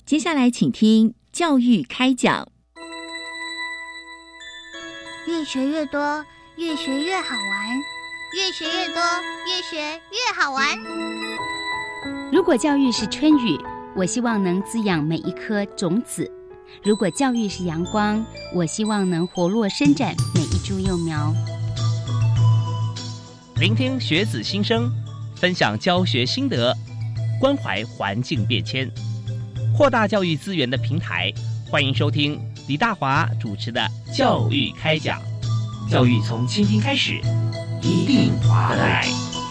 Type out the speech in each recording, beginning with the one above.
接下来请听教育开讲。 越学越多，越学越好玩，越学越多，越学越好玩。 如果教育是春雨，我希望能滋养每一颗种子；如果教育是阳光，我希望能活络伸展每一株幼苗。 聆听学子心声，分享教学心得，关怀环境变迁，扩大教育资源的平台。欢迎收听李大华主持的教育开讲。教育从倾听开始，一定划得来。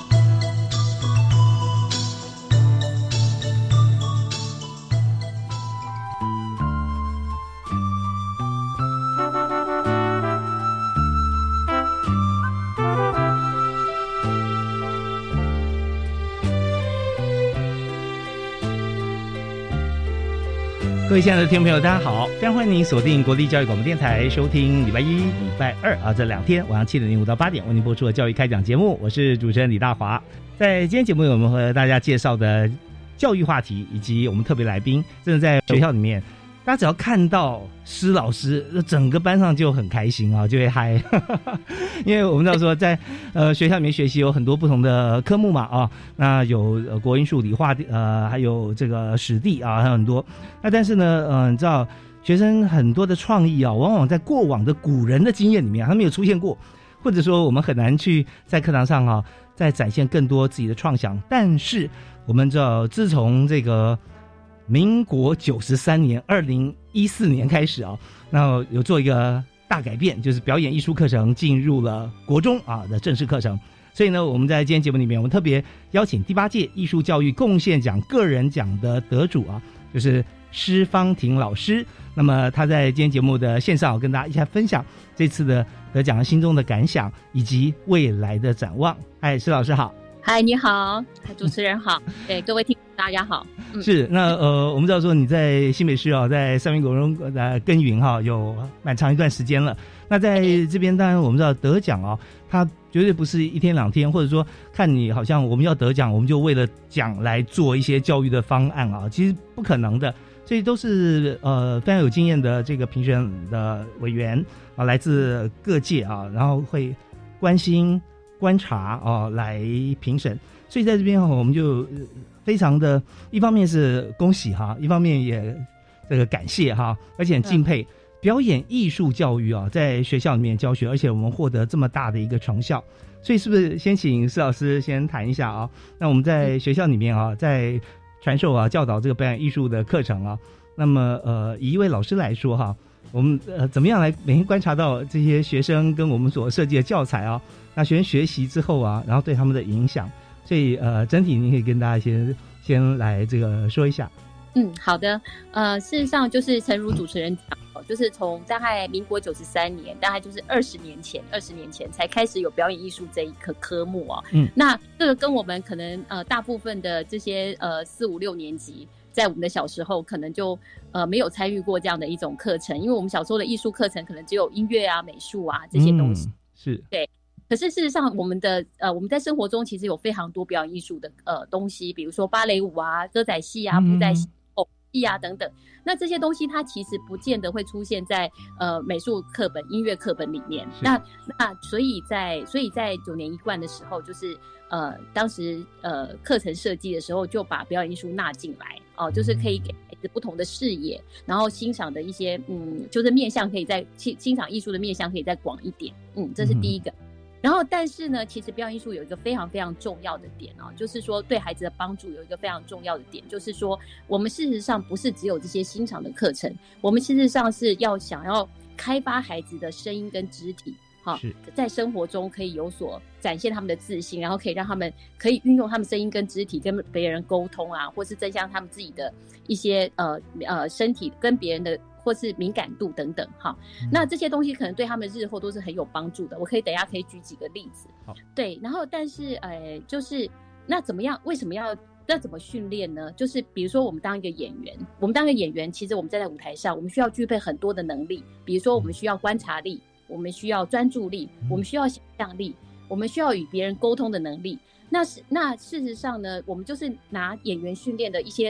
各位亲爱的听众朋友，大家好，非常欢迎您锁定国立教育广播电台，收听礼拜一、礼拜二这两天晚上7:05到8点为您播出的教育开讲节目，我是主持人李大华。在今天节目我们和大家介绍的教育话题以及我们特别来宾，真的在学校里面，大家只要看到施老师，整个班上就很开心啊，就会嗨。因为我们知道说在学校里面学习有很多不同的科目嘛那有国英数理化还有这个史地还有很多。那但是呢你知道学生很多的创意往往在过往的古人的经验里面他没有出现过，或者说我们很难去在课堂上再展现更多自己的创想。但是我们知道自从这个民国93年2014年开始那有做一个大改变，就是表演艺术课程进入了国中的正式课程。所以呢我们在今天节目里面，我们特别邀请第8届艺术教育贡献奖个人奖的得主就是施芳婷老师。那么他在今天节目的线上跟大家一起分享这次的得奖心中的感想以及未来的展望。嗨，施老师好。 嗨，你好，主持人好，对各位听众大家好。 是那我们知道说你在新北市在三民国中耕耘有蛮长一段时间了。那在这边当然我们知道得奖它绝对不是一天两天，或者说看你好像我们要得奖我们就为了奖来做一些教育的方案其实不可能的。所以都是非常有经验的这个评选的委员来自各界然后会关心观察来评审。所以在这边我们就非常的一方面是恭喜一方面也这个感谢而且很敬佩表演艺术教育在学校里面教学，而且我们获得这么大的一个成效。所以是不是先请施老师先谈一下那我们在学校里面在传授教导这个表演艺术的课程那么以一位老师来说我们怎么样来每天观察到这些学生跟我们所设计的教材那学生学习之后然后对他们的影响。所以整体您可以跟大家先来这个说一下。 好的。事实上就是诚如主持人讲就是从大概民国93年，大概就是20年前才开始有表演艺术这一科目那这个跟我们可能大部分的这些4、5、6年级在我们的小时候可能就没有参与过这样的一种课程，因为我们小时候的艺术课程可能只有音乐美术这些东西。 是对。 可是事实上我们在生活中其实有非常多表演艺术的东西，比如说芭蕾舞歌仔戏布袋戏等等。那这些东西它其实不见得会出现在美术课本音乐课本里面。那所以在9年一贯的时候，就是当时课程设计的时候就把表演艺术纳进来就是可以给孩子不同的视野，然后欣赏的一些就是面向可以在欣赏艺术的面向可以再广一点。这是第一个。然后但是呢其实表演艺术有一个非常非常重要的点就是说对孩子的帮助有一个非常重要的点，就是说我们事实上不是只有这些欣赏的课程，我们事实上是想要开发孩子的声音跟肢体在生活中可以有所展现他们的自信，然后可以让他们可以运用他们声音跟肢体跟别人沟通或是增加他们自己的一些身体跟别人的或是敏感度等等那这些东西可能对他们日后都是很有帮助的。我等一下可以举几个例子。对。然后但是就是那怎么样，为什么要那怎么训练呢？就是比如说我们当一个演员，其实我们站在舞台上我们需要具备很多的能力，比如说我们需要观察力，我们需要专注力，我们需要想象力，我们需要与别人沟通的能力。那事实上呢，我们就是拿演员训练的一些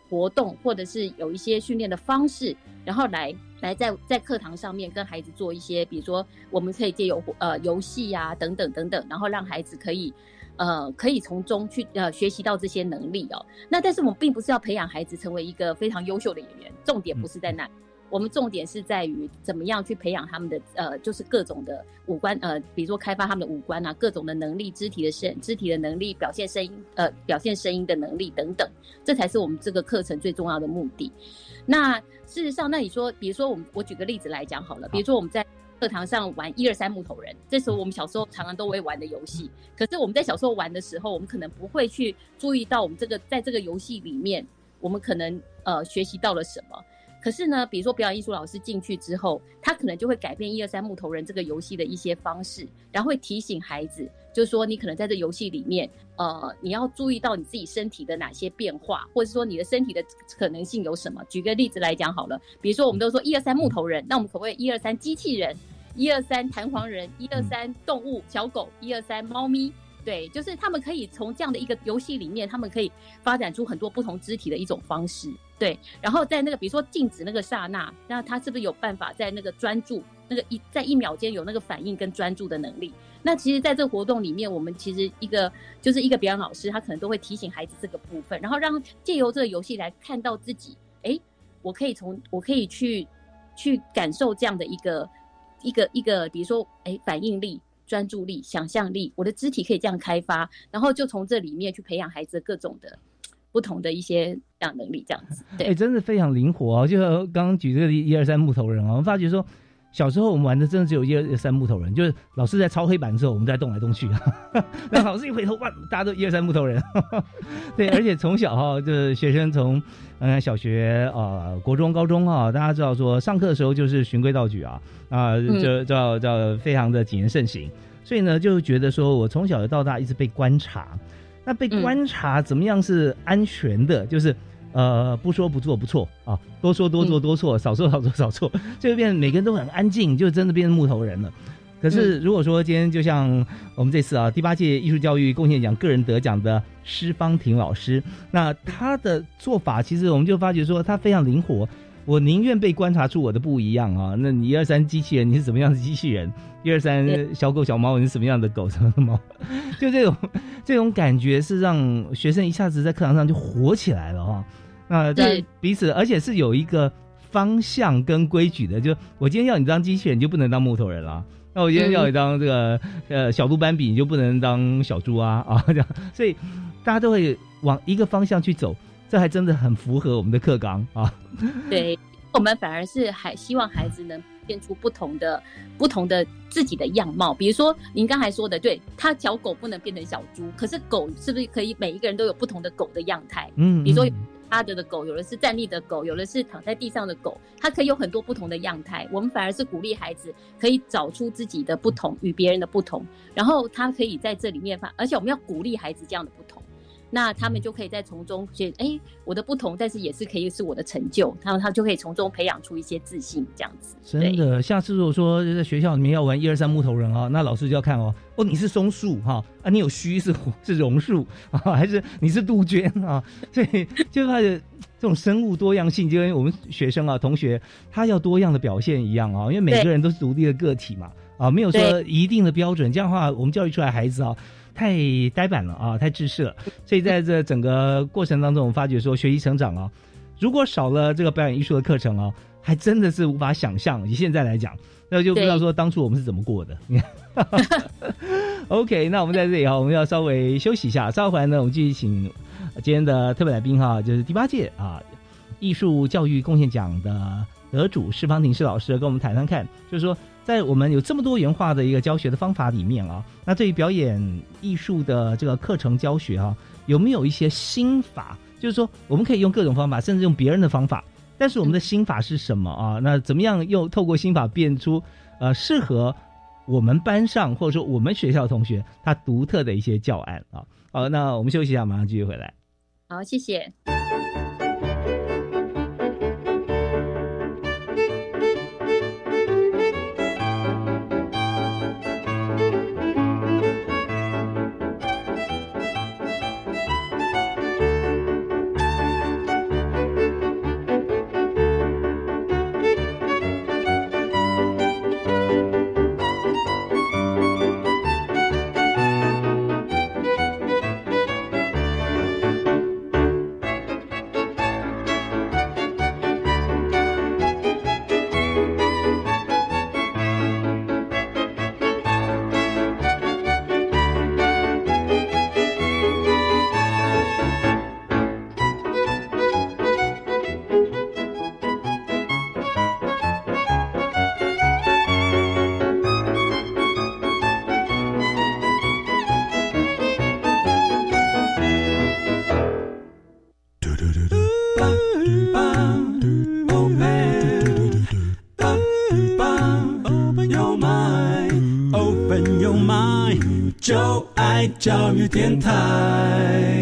活动，或者是有一些训练的方式，然后来在课堂上面跟孩子做一些，比如说我们可以借由游戏啊等等等等，然后让孩子可以从中去学习到这些能力哦。那但是我们并不是要培养孩子成为一个非常优秀的演员，重点不是在那。我们重点是在于怎么样去培养他们的就是各种的五官比如说开发他们的五官啊，各种的能力，肢体的能力，表现声音的能力等等，这才是我们这个课程最重要的目的。那事实上，那你说，比如说我举个例子来讲好了，比如说我们在课堂上玩1、2、3木头人，这时候我们小时候常常都会玩的游戏，可是我们在小时候玩的时候，我们可能不会去注意到我们在这个游戏里面，我们可能学习到了什么。可是呢，比如说表演艺术老师进去之后，他可能就会改变1、2、3木头人这个游戏的一些方式，然后会提醒孩子，就是说你可能在这游戏里面，你要注意到你自己身体的哪些变化，或者说你的身体的可能性有什么。举个例子来讲好了，比如说我们都说1、2、3木头人，那我们可不可以1、2、3机器人，1、2、3弹簧人，1、2、3动物小狗，1、2、3猫咪？对，就是他们可以从这样的一个游戏里面，他们可以发展出很多不同肢体的一种方式。对，然后在那个比如说静止那个刹那，那他是不是有办法在那个专注那个在1秒间有那个反应跟专注的能力？那其实在这个活动里面，我们其实一个表演老师，他可能都会提醒孩子这个部分，然后让借由这个游戏来看到自己，我可以去感受这样的一个比如说反应力、专注力、想象力，我的肢体可以这样开发，然后就从这里面去培养孩子各种的不同的一些这样能力，这样子。对， 真的非常灵活啊！就刚刚举这个1、2、3木头人啊，我们发觉说，小时候我们玩的真的只有1、2、3木头人，就是老师在抄黑板的时候，我们在动来动去，然后老师一回头，哇，大家都1、2、3木头人。对，而且从小就是学生从小学国中、高中大家知道说上课的时候就是循规蹈矩就非常的谨言慎行，所以呢就觉得说我从小到大一直被观察。那被观察怎么样是安全的？就是不说不做不错啊，多说多做多错，少说少做少错，就会变成每个人都很安静，就真的变成木头人了。可是如果说今天就像我们这次第8届艺术教育贡献奖个人得奖的施芳婷老师，那他的做法其实我们就发觉说他非常灵活。我宁愿被观察出我的不一样啊！那你1、2、3机器人，你是怎么样的机器人？1、2、3小狗小猫，你是什么样的狗什么的猫？就这种感觉是让学生一下子在课堂上就活起来了那在彼此，而且是有一个方向跟规矩的。就我今天要你当机器人，你就不能当木头人了。那我今天要你当这个小鹿斑比，你就不能当小猪这样。所以大家都会往一个方向去走。这还真的很符合我们的课纲对，我们反而是还希望孩子能变出不同的自己的样貌。比如说您刚才说的，对，他小狗不能变成小猪，可是狗是不是可以每一个人都有不同的狗的样态？比如说阿德的狗，有的是站立的狗，有的是躺在地上的狗，它可以有很多不同的样态。我们反而是鼓励孩子可以找出自己的不同，与别人的不同，然后他可以在这里面而且我们要鼓励孩子这样的不同。那他们就可以在从中觉得我的不同，但是也是可以是我的成就，他就可以从中培养出一些自信，这样子。 真的，下次如果说在学校里面要玩1、2、3木头人那老师就要看你是松树你有须是榕树还是你是杜鹃所以就他的这种生物多样性，就跟我们学生同学他要多样的表现一样因为每个人都是独立的个体嘛没有说一定的标准，这样的话我们教育出来孩子太呆板了太制式了。所以在这整个过程当中，我们发觉说学习成长如果少了这个表演艺术的课程还真的是无法想象。以现在来讲，那就不知道说当初我们是怎么过的。OK， 那我们在这里我们要稍微休息一下，稍后回来呢，我们继续请今天的特别来宾就是第8届艺术教育贡献奖的得主施芳婷施老师跟我们谈谈看，就是说在我们有这么多元化的一个教学的方法里面那对于表演艺术的这个课程教学有没有一些心法？就是说我们可以用各种方法，甚至用别人的方法，但是我们的心法是什么那怎么样又透过心法变出适合我们班上或者说我们学校的同学他独特的一些教案好，那我们休息一下，马上继续回来。 好，谢谢。 育电台。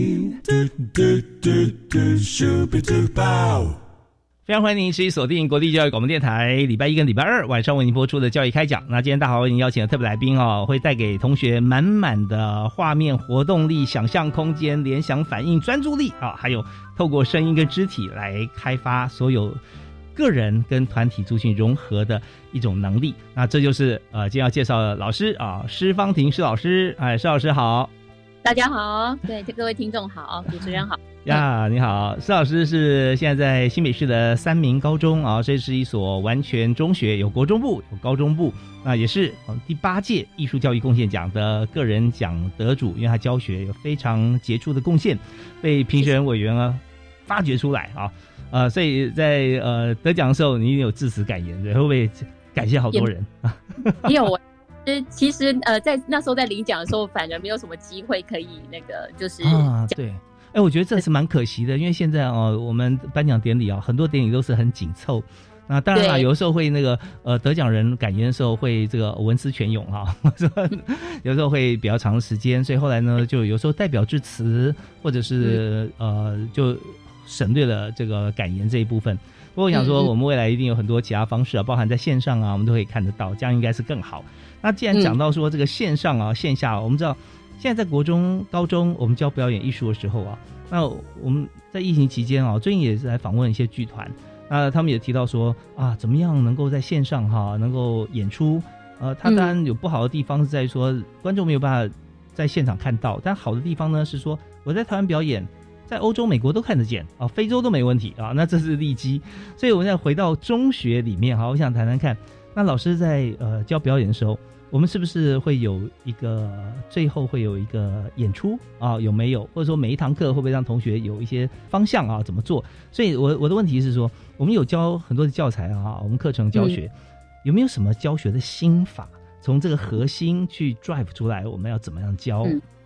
非常欢迎您持续锁定国立教育广播电台，礼拜一跟礼拜二晚上为您播出的教育开讲。那今天大华为您邀请的特别来宾会带给同学满满的画面活动力、想象空间、联想反应、专注力还有透过声音跟肢体来开发所有个人跟团体族群融合的一种能力。那这就是今天要介绍的老师施芳婷施老师。施老师好。 大家好，对各位听众好，主持人好呀，你好。施老师是现在在新北市的三民高中这是一所完全中学，有国中部有高中部，那也是第8届艺术教育贡献奖的个人奖得主，因为他教学有非常杰出的贡献，被评审委员发掘出来所以在得奖的时候你一定有致辞感言，对，会不会感谢好多人？ 也有其实在那时候在领奖的时候，反而没有什么机会可以那个就是对。我觉得这是蛮可惜的，因为现在我们颁奖典礼很多典礼都是很紧凑。那当然啦，有的时候会那个得奖人感言的时候会这个文思泉涌有时候会比较长的时间，所以后来呢，就有时候代表致辞或者是就省略了这个感言这一部分。不过我想说，我们未来一定有很多其他方式包含在线上我们都可以看得到，这样应该是更好。那既然讲到说这个线上线下，我们知道现在在国中高中我们教表演艺术的时候那我们在疫情期间最近也是来访问一些剧团，那他们也提到说怎么样能够在线上能够演出。它当然有不好的地方是在于说观众没有办法在现场看到，但好的地方呢是说我在台湾表演，在欧洲美国都看得见非洲都没问题那这是利基。所以我们再回到中学里面我想谈谈看，那老师在教表演的时候，我们是不是会有一个最后会有一个演出有没有？或者说每一堂课会不会让同学有一些方向怎么做？所以我的问题是说，我们有教很多的教材我们课程教学有没有什么教学的心法，从这个核心去 drive 出来，我们要怎么样教？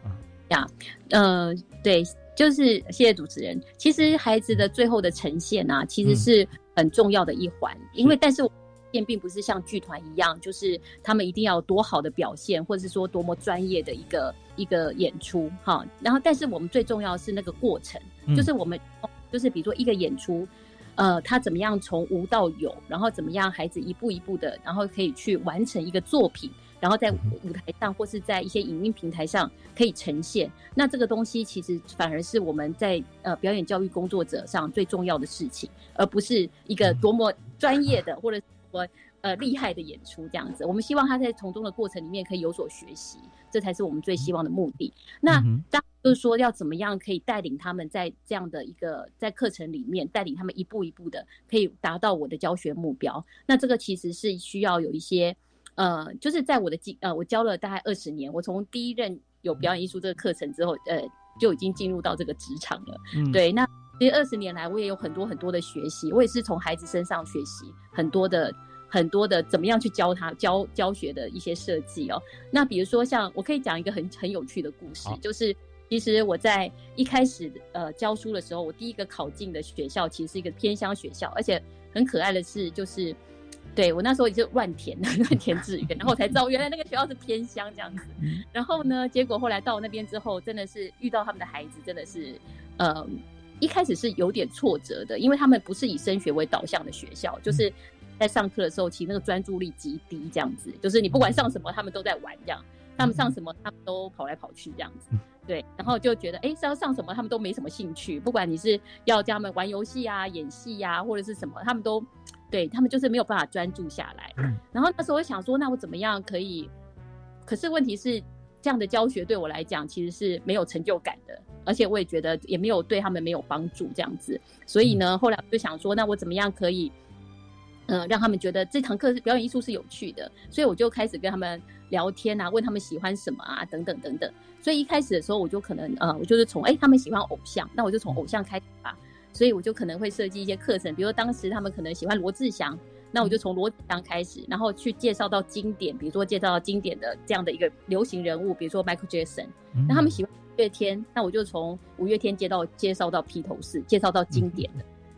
对，就是谢谢主持人。其实孩子的最后的呈现其实是很重要的一环，因为但是并不是像剧团一样，就是他们一定要有多好的表现，或者是说多么专业的一个演出然后但是我们最重要的是那个过程，就是我们就是比如说一个演出他怎么样从无到有，然后怎么样孩子一步一步的，然后可以去完成一个作品，然后在舞台上或是在一些影音平台上可以呈现。那这个东西其实反而是我们在表演教育工作者上最重要的事情，而不是一个多么专业的或者厉害的演出这样子。我们希望他在从中的过程里面可以有所学习，这才是我们最希望的目的。那当然就是说要怎么样可以带领他们在这样的一个在课程里面带领他们一步一步的可以达到我的教学目标。那这个其实是需要有一些就是在我教了大概20年，我从第一任有表演艺术这个课程之后就已经进入到这个职场了。对，那其实20年来我也有很多很多的学习，我也是从孩子身上学习很多的怎么样去教他教学的一些设计那比如说像我可以讲一个很有趣的故事，就是其实我在一开始教书的时候，我第一个考进的学校其实是一个偏乡学校，而且很可爱的是就是对我那时候也就乱填志愿，然后我才知道原来那个学校是偏乡这样子。然后呢，结果后来到那边之后，真的是遇到他们的孩子，真的是一开始是有点挫折的，因为他们不是以升学为导向的学校，就是在上课的时候其实那个专注力极低这样子，就是你不管上什么他们都在玩这样，他们上什么他们都跑来跑去这样子。对，然后就觉得是要上什么他们都没什么兴趣，不管你是要叫他们玩游戏演戏或者是什么，他们都对他们就是没有办法专注下来。然后那时候我想说，那我怎么样可以？可是问题是，这样的教学对我来讲其实是没有成就感的，而且我也觉得也没有对他们没有帮助这样子。所以呢，后来我就想说，那我怎么样可以让他们觉得这堂课表演艺术是有趣的？所以我就开始跟他们聊天问他们喜欢什么等等等等。所以一开始的时候，我就可能我就是从他们喜欢偶像，那我就从偶像开始吧。所以我就可能会设计一些课程，比如说当时他们可能喜欢罗志祥，那我就从罗志祥开始，然后去介绍到经典，比如说介绍到经典的这样的一个流行人物，比如说 Michael Jackson。那他们喜欢五月天，那我就从五月天介绍到披头士，介绍到经典的。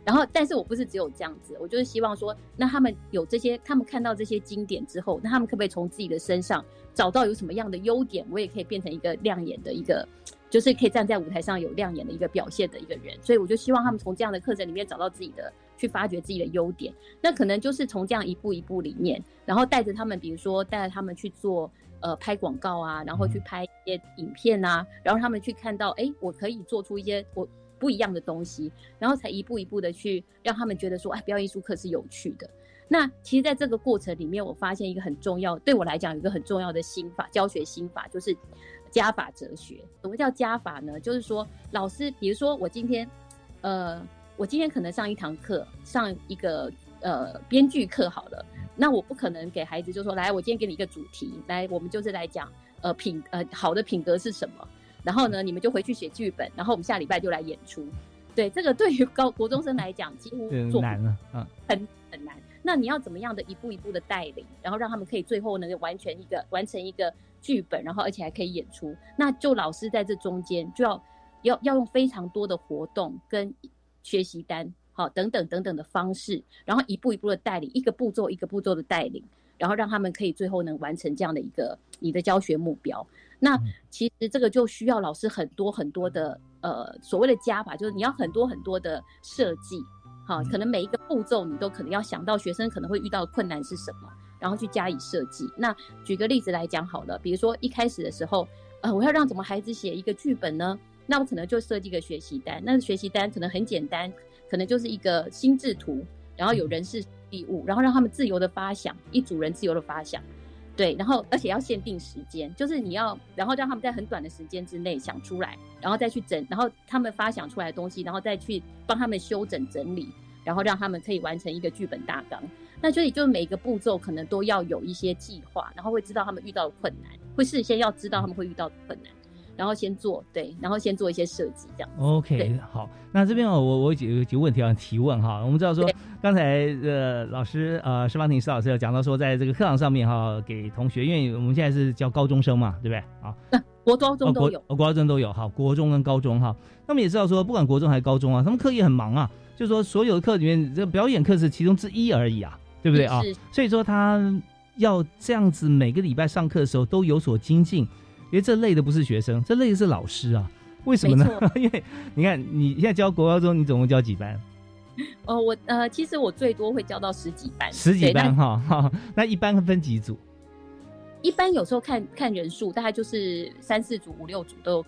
然后，但是我不是只有这样子，我就是希望说，那他们有这些，他们看到这些经典之后，那他们可不可以从自己的身上找到有什么样的优点，我也可以变成一个亮眼的一个，就是可以站在舞台上有亮眼的一个表现的一个人。所以我就希望他们从这样的课程里面找到自己的，去发掘自己的优点。那可能就是从这样一步一步里面，然后带着他们，比如说带着他们去做拍广告啊，然后去拍一些影片啊，然后他们去看到，我可以做出一些我不一样的东西，然后才一步一步的去让他们觉得说，表演艺术课是有趣的。那其实在这个过程里面，我发现一个很重要，对我来讲有一个很重要的心法，教学心法，就是加法哲学。什么叫加法呢？就是说老师，比如说我今天可能上一堂课，上一个编剧课好了，那我不可能给孩子就说，来，我今天给你一个主题，来，我们就是来讲好的品格是什么，然后呢，你们就回去写剧本，然后我们下礼拜就来演出。对，这个对于国中生来讲，几乎做难了， 很难。那你要怎么样的一步一步的带领，然后让他们可以最后能够完成一个剧本，然后而且还可以演出？那就老师在这中间就要用非常多的活动跟学习单，好，等等等等的方式，然后一步一步的带领，一个步骤一个步骤的带领，然后让他们可以最后能完成这样的一个你的教学目标。那其实这个就需要老师很多很多的所谓的加法，就是你要很多很多的设计，好，可能每一个步骤你都可能要想到学生可能会遇到的困难是什么，然后去加以设计。那举个例子来讲好了，比如说一开始的时候，我要让怎么孩子写一个剧本呢？那我可能就设计一个学习单，那学习单可能很简单，可能就是一个心智图，然后有人事地物，然后让他们自由的发想，一组人自由的发想。对，然后而且要限定时间，就是你要，然后让他们在很短的时间之内想出来，然后再去然后他们发想出来的东西，然后再去帮他们修整整理，然后让他们可以完成一个剧本大纲。那所以就每一个步骤可能都要有一些计划，然后会知道他们遇到的困难，会事先要知道他们会遇到的困难，然后先做，对，然后先做一些设计这样。 OK， 好，那这边我有几个问题要提问哈。我们知道说，刚才老师施芳婷施老师有讲到说，在这个课堂上面哈，给同学，因为我们现在是教高中生嘛，对不对？啊， 国中都有， 国中都有，好，国中跟高中哈。那么也知道说，不管国中还是高中啊，他们课业很忙啊，就是说所有的课里面，这个表演课是其中之一而已啊，对不对啊？所以说他要这样子每个礼拜上课的时候都有所精进。因为这累的不是学生，这累的是老师啊。为什么呢？因为你看你现在教国高中，你总共教几班？ 其实我最多会教到10几班。 10几班哈，那一般分几组？ 一般有时候看人数，大概就是3、4组、5、6组都有。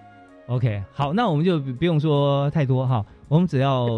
OK， 好，那我们就不用说太多哈，我们只要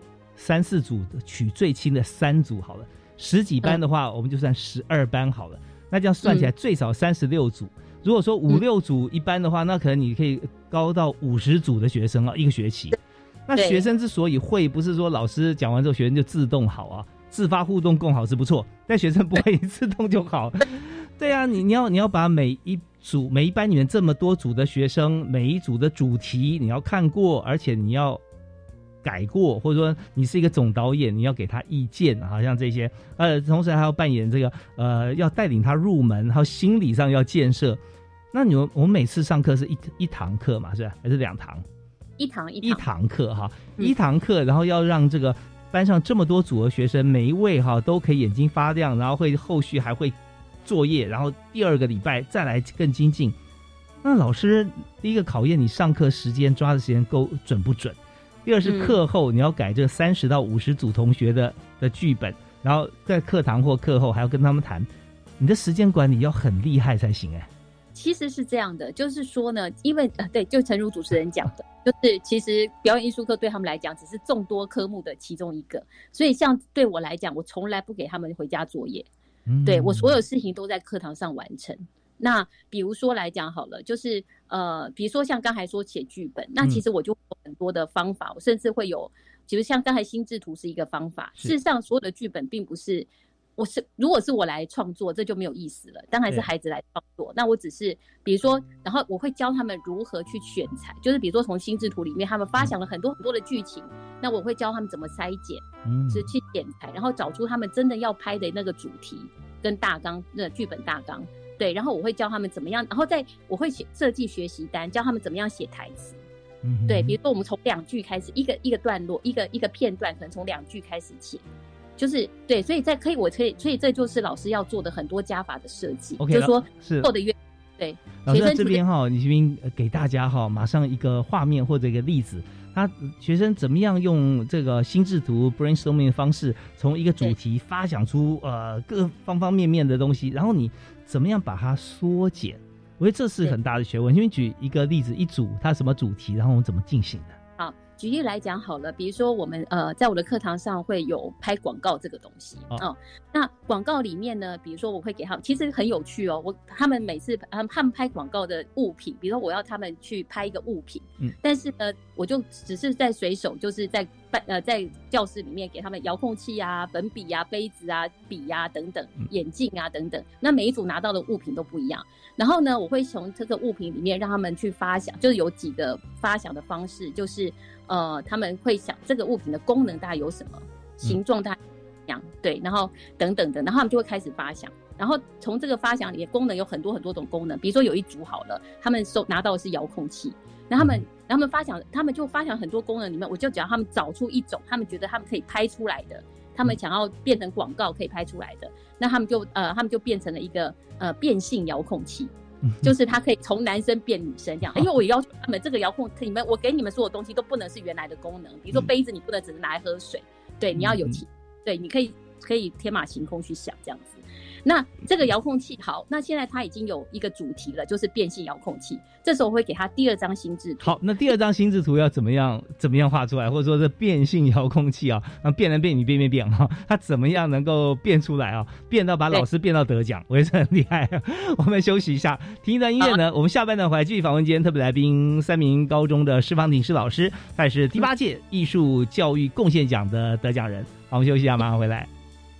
3、4组取最轻的3组好了。10几班的话，我们就算12班好了。那这样算起来最少36组。如果说5、6组一般的话，那可能你可以高到50组的学生啊，一个学期。那学生之所以会，不是说老师讲完之后学生就自动好啊，自发互动共好是不错，但学生不会自动就好。对啊，你要把每一班里面这么多组的学生，每一组的主题你要看过，而且你要改过，或者说你是一个总导演，你要给他意见，好像这些，同时还要扮演这个要带领他入门，还有心理上要建设。那我们每次上课是一堂课嘛，是吧？还是2堂？一堂课哈，一堂课，然后要让这个班上这么多组的学生，每一位哈都可以眼睛发亮，然后后续还会作业，然后第2个礼拜再来更精进。那老师第一个考验你上课时间抓的时间够准不准？第二是课后你要改这30到50组同学的剧本，然后在课堂或课后还要跟他们谈，你的时间管理要很厉害才行哎。 其实是这样的，就是说呢，因为对，就诚如主持人讲的，就是其实表演艺术课对他们来讲只是众多科目的其中一个，所以像对我来讲，我从来不给他们回家作业，对，我所有事情都在课堂上完成。那比如说来讲好了，就是比如说像刚才说写剧本，那其实我就有很多的方法，我甚至会有，比如像刚才心智图是一个方法，事实上所有的剧本并不是。如果是我来创作，这就没有意思了。当然是孩子来创作。那我只是比如说，然后我会教他们如何去选材，就是比如说从心智图里面，他们发想了很多很多的剧情，那我会教他们怎么筛检，是去剪裁，然后找出他们真的要拍的那个主题跟大纲，那剧本大纲。对，然后我会教他们怎么样，然后我会设计学习单，教他们怎么样写台词。 对，比如说我们从2句开始，一个段落，一个片段，可能从2句开始写，就是对，所以所以这就是老师要做的很多加法的设计，就是说做的越对。 老师这边你这边给大家马上一个画面或者一个例子，他学生怎么样用这个心智图 brainstorming 的方式，从一个主题发想出各方方面面的东西，然后你怎么样把它缩减？我觉得这是很大的学问。因为举一个例子，一组它什么主题，然后我们怎么进行的？ 好，举例来讲好了，比如说我们在我的课堂上会有拍广告这个东西那广告里面呢，比如说我会给他们，其实很有趣他们每次他们拍广告的物品，比如说我要他们去拍一个物品，但是呢，我就只是在随手，就是在教室里面给他们遥控器啊、粉笔啊、杯子啊、笔啊等等，眼镜啊等等。那每一组拿到的物品都不一样。然后呢，我会从这个物品里面让他们去发想，就是有几个发想的方式，就是他们会想这个物品的功能大概有什么，形状大概怎样，对，然后等等的，然后他们就会开始发想。然后从这个发想里面，功能有很多很多种功能，比如说有一组好了，他们拿到的是遥控器，然后他们就发想很多功能里面，我就只要他们找出一种他们觉得他们可以拍出来的，他们想要变成广告可以拍出来的，那他们就变成了一个变性遥控器，就是它可以从男生变女生这样。因为我也要求他们这个遥控器，我给你们所有东西都不能是原来的功能，比如说杯子你不能只是拿来喝水，对，你要有对，你可以天马行空去想这样子。那这个遥控器好，那现在它已经有一个主题了，就是变性遥控器。这时候我会给他第2张心智图。好， 那第2张心智图要怎么样画出来，或者说这变性遥控器变来变去变它怎么样能够变出来变到把老师变到得奖，我也是很厉害我们休息一下，听一段音乐呢，我们下半段回来继续访问今天特别来宾3名高中的施芳婷施老师，他也是第8届艺术教育贡献奖的得奖人。好，我们休息一下，马上回来。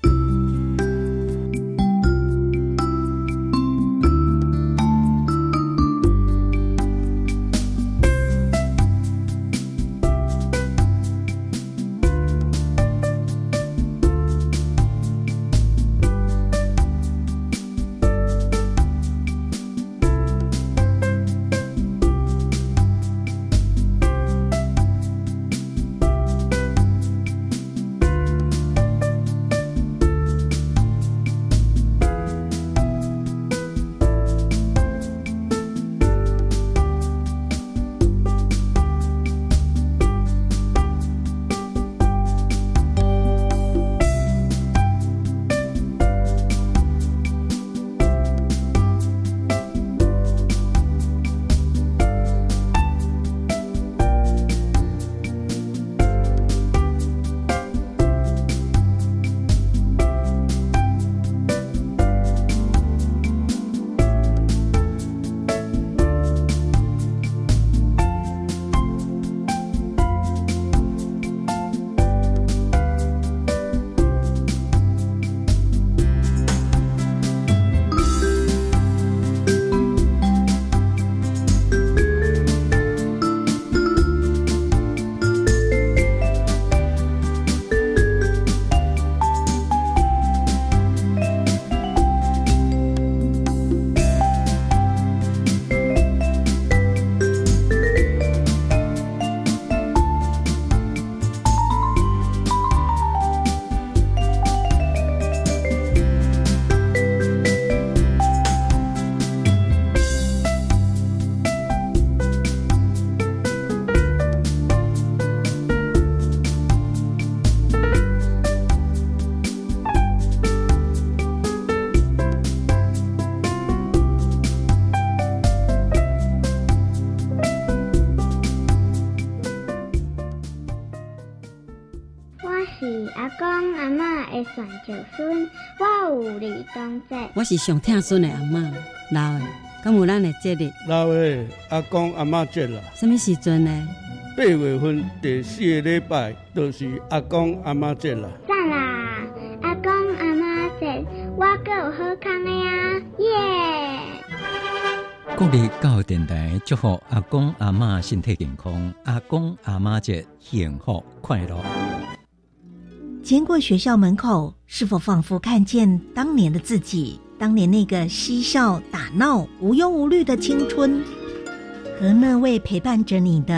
选石孙，我有你同在。 我是上疼孙的阿嬷，老的，敢有咱的节日？ 老的阿公阿嬷节啦。 什么时阵呢 ？8月份第4个礼拜，就是阿公阿嬷节啦。 赞啦！阿公阿嬷节，我阁有好康的呀！耶！ 国立教育电台祝福阿公阿嬷身体健康，阿公阿嬷节幸福快乐。 经过学校门口，是否仿佛看见当年的自己，当年那个嬉笑打闹无忧无虑的青春，和那位陪伴着你的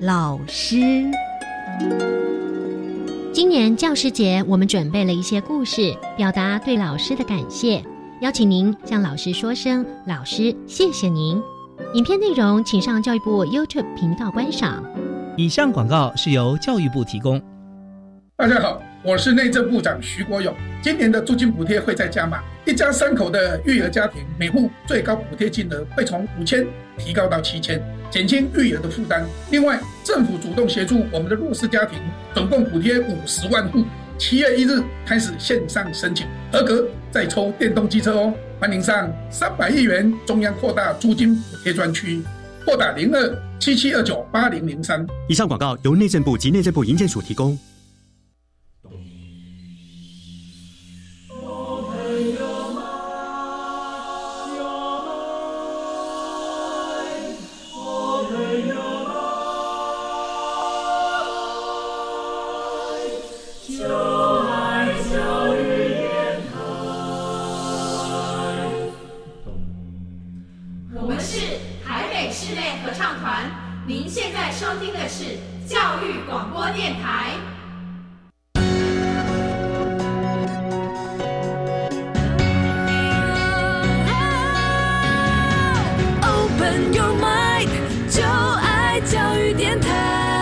老师。 今年教师节，我们准备了一些故事，表达对老师的感谢，邀请您向老师说声“老师，谢谢您”。影片内容请上教育部 YouTube 频道观赏。 以上广告是由教育部提供。 大家好，我是内政部长徐国勇。今年的租金补贴会再加码，一家3口的育儿家庭，每户最高补贴金额会从5000提高到7000，减轻育儿的负担。另外，政府主动协助我们的弱势家庭，总共补贴50万户。7月1日开始线上申请，合格再抽电动机车哦。欢迎上300亿元中央扩大租金补贴专区，拨打02-7729-8003。 以上广告由内政部及内政部营建署提供。 您现在收听的是教育广播电台。Open your mind， 就爱教育电台。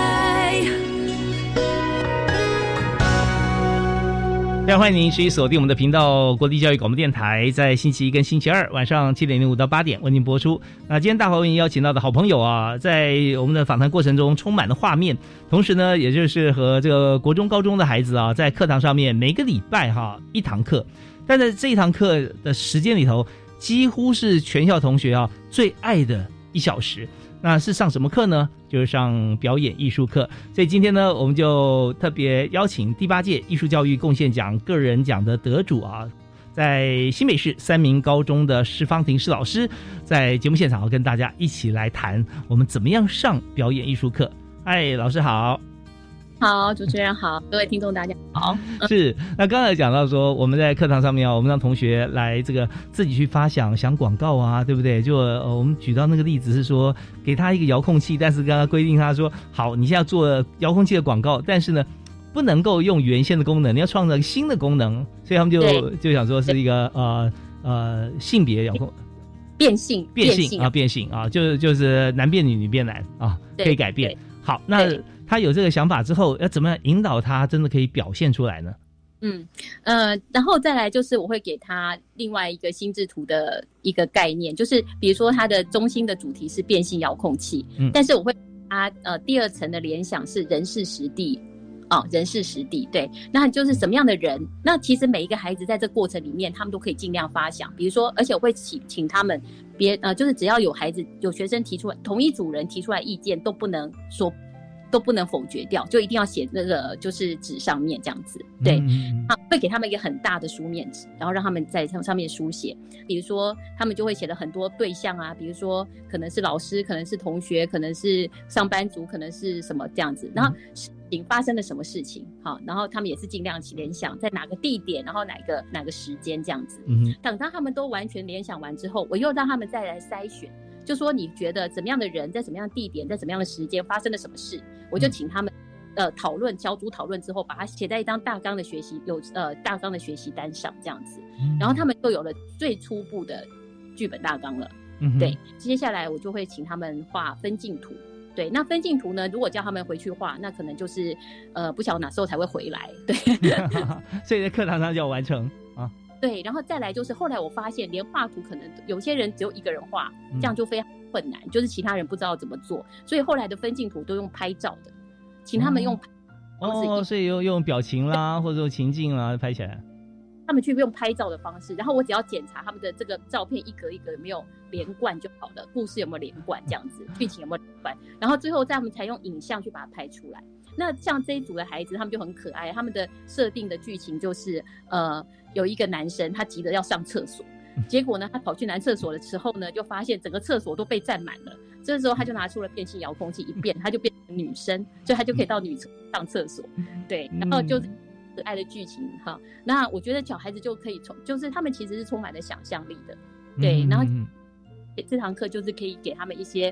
非常欢迎您持续锁定我们的频道国立教育广播电台，在星期一跟星期二晚上7点05到8点为您播出。那今天大华为您邀请到的好朋友啊，在我们的访谈过程中充满了画面，同时呢，也就是和这个国中高中的孩子啊，在课堂上面每个礼拜一堂课，但在这一堂课的时间里头，几乎是全校同学最爱的1小时。那是上什么课呢？就是上表演艺术课。所以今天呢，我们就特别邀请第8届艺术教育贡献奖个人奖的得主在新北市3名高中的施芳婷施老师，在节目现场跟大家一起来谈我们怎么样上表演艺术课。嗨，老师好。 好，主持人好，各位听众大家好。 是，那刚才讲到说，我们在课堂上面我们让同学来这个自己去发想广告啊，对不对？就我们举到那个例子是说，给他一个遥控器，但是刚刚规定他说，好，你现在要做遥控器的广告，但是呢，不能够用原先的功能，你要创造新的功能，所以他们就想说是一个性别遥控。变性啊，就是男变女，女变男啊，可以改变。好，那他有这个想法之后，要怎么样引导他真的可以表现出来呢？ 然后再来就是我会给他另外一个心智图的一个概念，就是比如说他的中心的主题是变性遥控器，但是我会他第2层的联想是人事实地。人事实地，对，那就是什么样的人？那其实每一个孩子在这过程里面，他们都可以尽量发想。比如说，而且我会请他们就是只要有学生提出来，同一组人提出来意见，都不能否决掉，就一定要写那个就是纸上面这样子。对，会给他们一个很大的书面纸，然后让他们在上面书写。比如说，他们就会写了很多对象啊，比如说可能是老师，可能是同学，可能是上班族，可能是什么这样子。然后发生了什么事情，好，然后他们也是尽量去联想在哪个地点，然后哪个时间这样子。等到他们都完全联想完之后，我又让他们再来筛选，就说你觉得怎么样的人在什么样的地点，在什么样的时间发生了什么事，我就请他们讨论，小组讨论之后，把它写在一张大纲的学习单上这样子，然后他们就有了最初步的剧本大纲了。对，接下来我就会请他们画分镜图。对，那分镜图呢，如果叫他们回去画，那可能就是不晓得哪时候才会回来。对， 所以在课堂上就要完成啊。 对，然后再来就是后来我发现，连画图可能有些人只有1个人画，这样就非常困难，就是其他人不知道怎么做，所以后来的分镜图都用拍照的，请他们用所以用表情啦，或者用情境啦拍起来。 他们去用拍照的方式，然后我只要检查他们的这个照片一格一格有没有连贯就好了，故事有没有连贯这样子，剧情有没有连贯，然后最后他们才用影像去把它拍出来。那像这一组的孩子，他们就很可爱，他们的设定的剧情就是有一个男生他急着要上厕所，结果呢他跑去男厕所的时候呢，就发现整个厕所都被占满了，这时候他就拿出了变性遥控器，一变他就变成女生，所以他就可以到女厕上厕所。对，然后就是可爱的剧情哈。那我觉得小孩子就可以就是他们其实是充满了想象力的。对，然后这堂课就是可以给他们一些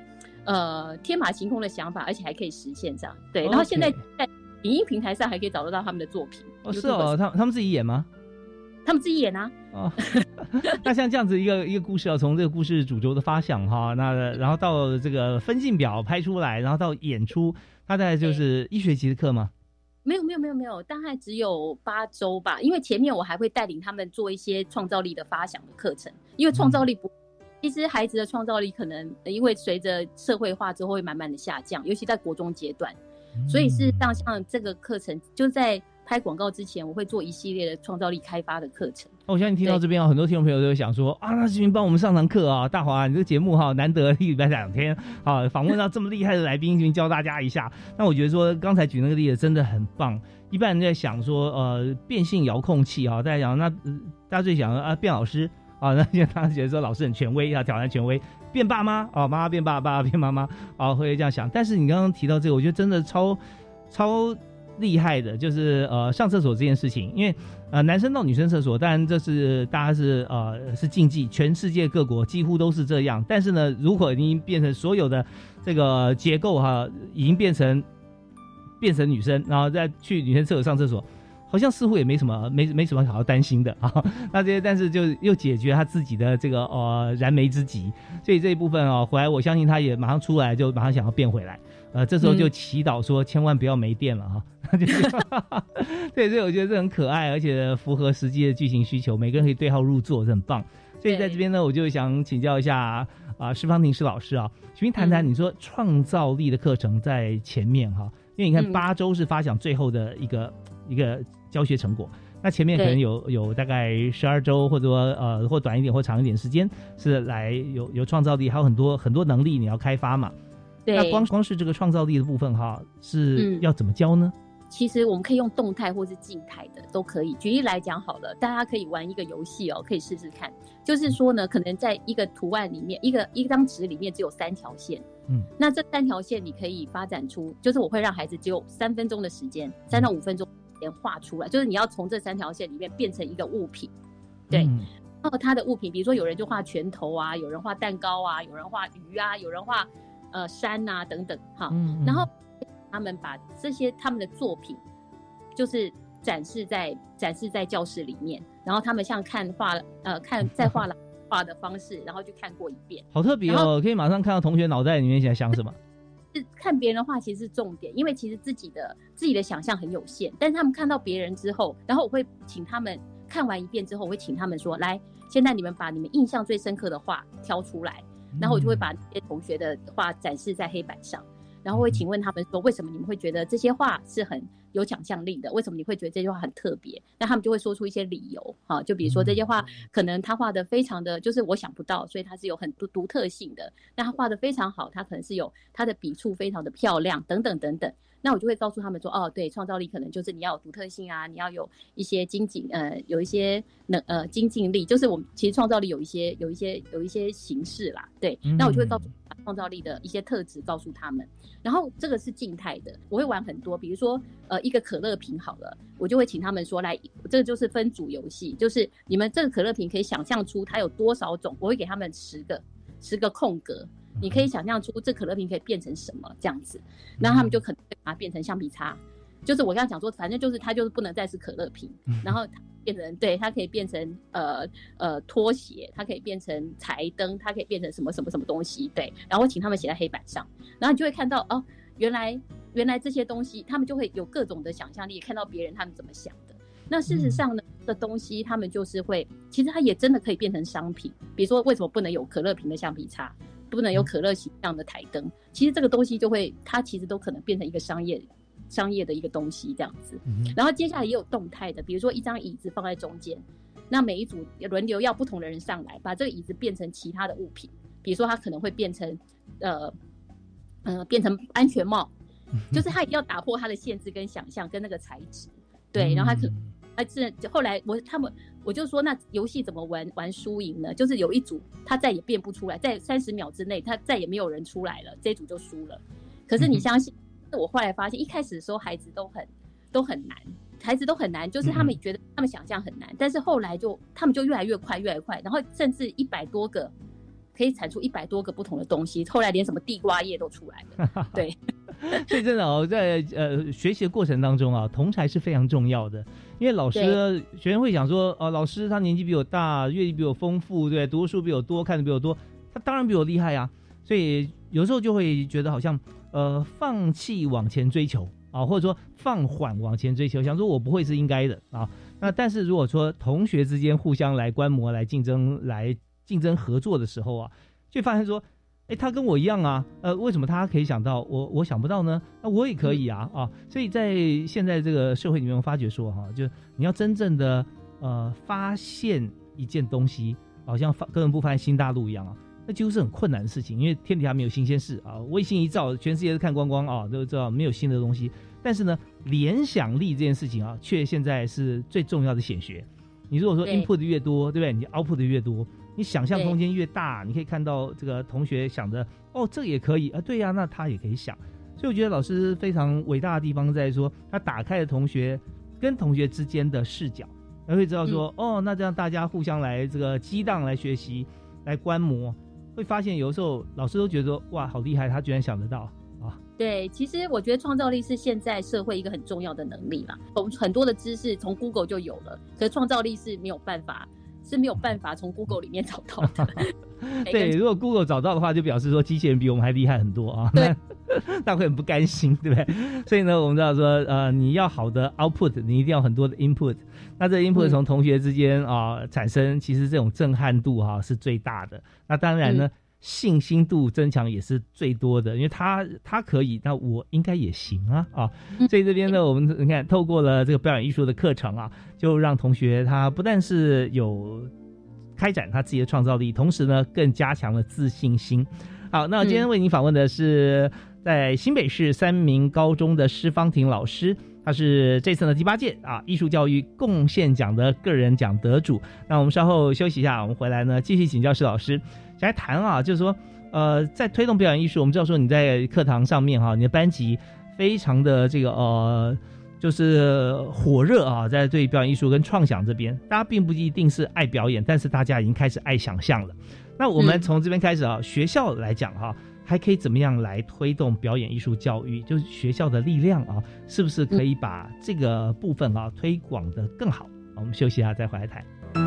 天马行空的想法，而且还可以实现这样。对，然后现在在影音平台上还可以找得到他们的作品。 是哦，他们自己演吗？ 他们自己演啊。 哦，那像这样子一个故事从这个故事主轴的发想哈，那然后到这个分镜表拍出来，然后到演出，它大概就是1学期的课吗？ 没有，大概只有8周吧。因为前面我还会带领他们做一些创造力的发想的课程，因为创造力其实孩子的创造力可能因为随着社会化之后会慢慢的下降，尤其在国中阶段，所以是像这个课程就在拍广告之前，我会做一系列的创造力开发的课程。 我相信听到这边很多听众朋友都会想说啊，那志明帮我们上堂课啊，大华，你这个节目难得1个礼拜2天访问到这么厉害的来宾，志明教大家一下。那我觉得说刚才举那个例子真的很棒。一般人在想说变性遥控器大家讲那大家最想变老师那现在大家觉得说老师很权威，要挑战权威，变爸妈妈妈变爸爸，变妈妈会这样想。但是你刚刚提到这个，我觉得真的超厉害的，就是上厕所这件事情。因为男生到女生厕所，当然这是大家是禁忌，全世界各国几乎都是这样。但是呢，如果已经变成所有的这个结构已经变成女生，然后再去女生厕所上厕所，好像似乎也没什么好担心的那这些，但是就又解决他自己的这个燃眉之急。所以这一部分回来，我相信他也马上出来，就马上想要变回来。这时候就祈祷说，千万不要没电了对，所以我觉得这很可爱，而且符合实际的剧情需求，每个人可以对号入座，这很棒。所以在这边呢，我就想请教一下施芳婷施老师请您谈谈你说创造力的课程在前面因为你看8周是发想最后的一个教学成果，那前面可能有大概12周，或者说或短一点或长一点时间是来有创造力，还有很多能力你要开发嘛。对，那光是这个创造力的部分是要怎么教呢？ 其实我们可以用动态或是静态的都可以。举例来讲好了，大家可以玩一个游戏可以试试看。就是说呢，可能在一个图案里面，一张纸里面只有3条线。那这3条线你可以发展出，就是我会让孩子只有3分钟的时间，3到5分钟的时间画出来，就是你要从这3条线里面变成一个物品。对，然后它的物品，比如说有人就画拳头啊，有人画蛋糕啊，有人画鱼啊，有人画山啊等等然后他们把这些他们的作品就是展示在教室里面，然后他们像看在画画的方式，然后去看过一遍。好特别可以马上看到同学脑袋里面在想什么。 是看别人的画其实是重点，因为其实自己的想象很有限，但是他们看到别人之后，然后我会请他们看完一遍之后，我会请他们说，来，现在你们把你们印象最深刻的画挑出来，然后我就会把这些同学的画展示在黑板上，然后会请问他们说，为什么你们会觉得这些画是很有想象力的？为什么你会觉得这些画很特别？那他们就会说出一些理由就比如说这些画可能他画的非常的就是我想不到，所以它是有很多独特性的。那他画的非常好，他可能是有他的笔触非常的漂亮，等等等等。那我就会告诉他们说，对，创造力可能就是你要有独特性啊，你要有一些有一些精进力，就是我们其实创造力有一些形式啦，对。那我就会告诉创造力的一些特质告诉他们。然后这个是静态的，我会玩很多，比如说一个可乐瓶好了，我就会请他们说，来，这个就是分组游戏，就是你们这个可乐瓶可以想象出它有多少种，我会给他们10个空格。你可以想象出这可乐瓶可以变成什么这样子，然后他们就可能会把它变成橡皮擦，就是我刚刚讲说，反正就是它就是不能再是可乐瓶，然后它变成它可以变成拖鞋，它可以变成台灯，它可以变成什么什么什么东西，对，然后我请他们写在黑板上，然后你就会看到原来这些东西，他们就会有各种的想象力，看到别人他们怎么想的。那事实上呢，这东西他们就是会，其实它也真的可以变成商品，比如说为什么不能有可乐瓶的橡皮擦？不能有可乐形象的台灯，其实这个东西就会，它其实都可能变成一个商业的一个东西这样子。然后接下来也有动态的，比如说一张椅子放在中间，那每一组轮流要不同的人上来，把这个椅子变成其他的物品，比如说它可能会变成安全帽，就是它一定要打破它的限制跟想象跟那个材质，对，然后它可能。后来我就说，那游戏怎么玩输赢呢？就是有一组他再也变不出来，在30秒之内他再也没有人出来了，这一组就输了。可是你相信，我后来发现一开始的时候孩子都很难，孩子都很难，就是他们觉得他们想象很难，但是后来他们就越来越快，然后甚至100多个可以产出100多个不同的东西，后来连什么地瓜叶都出来了。对， 所以真的在学习的过程当中啊，同侪是非常重要的。因为老师学生会讲说，老师他年纪比我大，阅历比我丰富，对，读书比我多，看的比我多，他当然比我厉害啊。所以有时候就会觉得好像放弃往前追求啊，或者说放缓往前追求，想说我不会是应该的啊。那但是如果说同学之间互相来观摩、来竞争合作的时候啊，就发现说，他跟我一样啊，为什么他可以想到我想不到呢？那我也可以啊。所以在现在这个社会里面，我发觉说就你要真正的发现一件东西，好像哥伦布发现新大陆一样啊。那几乎是很困难的事情，因为天底下没有新鲜事啊，卫星一照，全世界都看光光啊，都知道没有新的东西。但是呢，联想力这件事情啊，却现在是最重要的显学。你如果说 input 越多，对不对？你 output 越多，你想象空间越大，你可以看到这个同学想的，这个也可以啊，对呀，那他也可以想。所以我觉得老师非常伟大的地方在说，他打开了同学跟同学之间的视角，才会知道说，那这样大家互相来这个激荡来学习，来观摩。会发现有时候老师都觉得说，哇，好厉害，他居然想得到啊！ 对，其实我觉得创造力是现在社会一个很重要的能力啦。很多的知识从 Google 就有了，可是创造力是没有办法从 Google 里面找到的。 对，如果 Google 找到的话，就表示说机器人比我们还厉害很多啊。对，那会很不甘心，对不对？所以呢，我们知道说，你要好的 output， 你一定要很多的 input。那这 input 从同学之间产生，其实这种震撼度是最大的。那当然呢，信心度增强也是最多的，因为他可以，那我应该也行啊。所以这边呢，我们你看，透过了这个表演艺术的课程啊，就让同学他不但是有开展他自己的创造力，同时呢，更加强了自信心。好，那今天为您访问的是在新北市三民高中的施芳婷老师，他是这次的第8届艺术教育贡献奖的个人奖得主。那我们稍后休息一下，我们回来呢继续请教施老师来谈就是说在推动表演艺术，我们知道说你在课堂上面你的班级非常的这个就是火热在对表演艺术跟创想这边，大家并不一定是爱表演，但是大家已经开始爱想象了。那我们从这边开始学校来讲还可以怎么样来推动表演艺术教育？就是学校的力量是不是可以把这个部分推广得更好？我们休息一下再回来谈。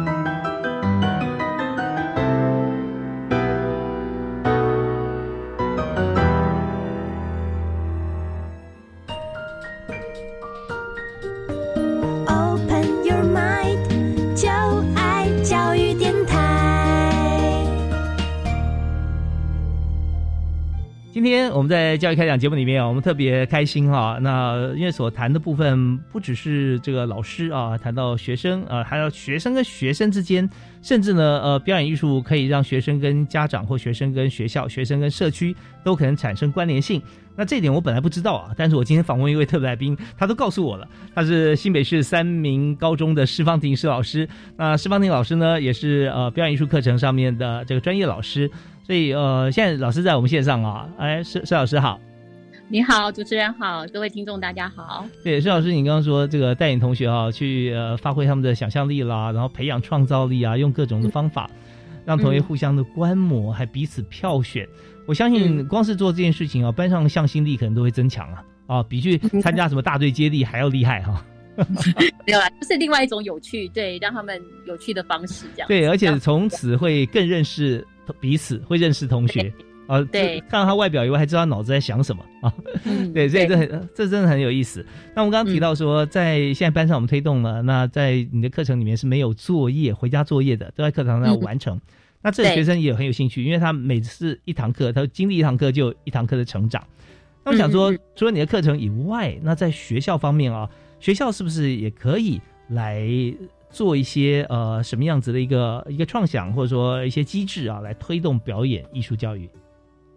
今天我们在教育开讲节目里面我们特别开心那因为所谈的部分不只是这个老师谈到学生还有学生跟学生之间，甚至呢表演艺术可以让学生跟家长或学生跟学校、学生跟社区都可能产生关联性。那这一点我本来不知道但是我今天访问一位特别来宾，他都告诉我了。他是新北市三民高中的施芳婷施老师。那施芳婷老师呢，也是表演艺术课程上面的这个专业老师。所以现在老师在我们线上施老师好。 你好，主持人好，各位听众大家好。 对，施老师，你刚刚说这个带领同学去发挥他们的想象力啦，然后培养创造力用各种的方法，让同学互相的观摩，还彼此票选。我相信光是做这件事情班上向心力可能都会增强比去参加什么大队接力还要厉害没有啦，就是另外一种有趣，对，让他们有趣的方式这样。 对，而且从此会更认识彼此，会认识同学。对，看到他外表以外，还知道他脑子在想什么对，所以这真的很有意思。那我们刚刚提到说，在现在班上我们推动了，那在你的课程里面是没有作业、回家作业的，都在课堂上要完成。那这个学生也很有兴趣，因为他每次一堂课，他经历一堂课就有一堂课的成长。那我想说，除了你的课程以外，那在学校方面学校是不是也可以来做一些什么样子的一个创想，或者说一些机制来推动表演艺术教育？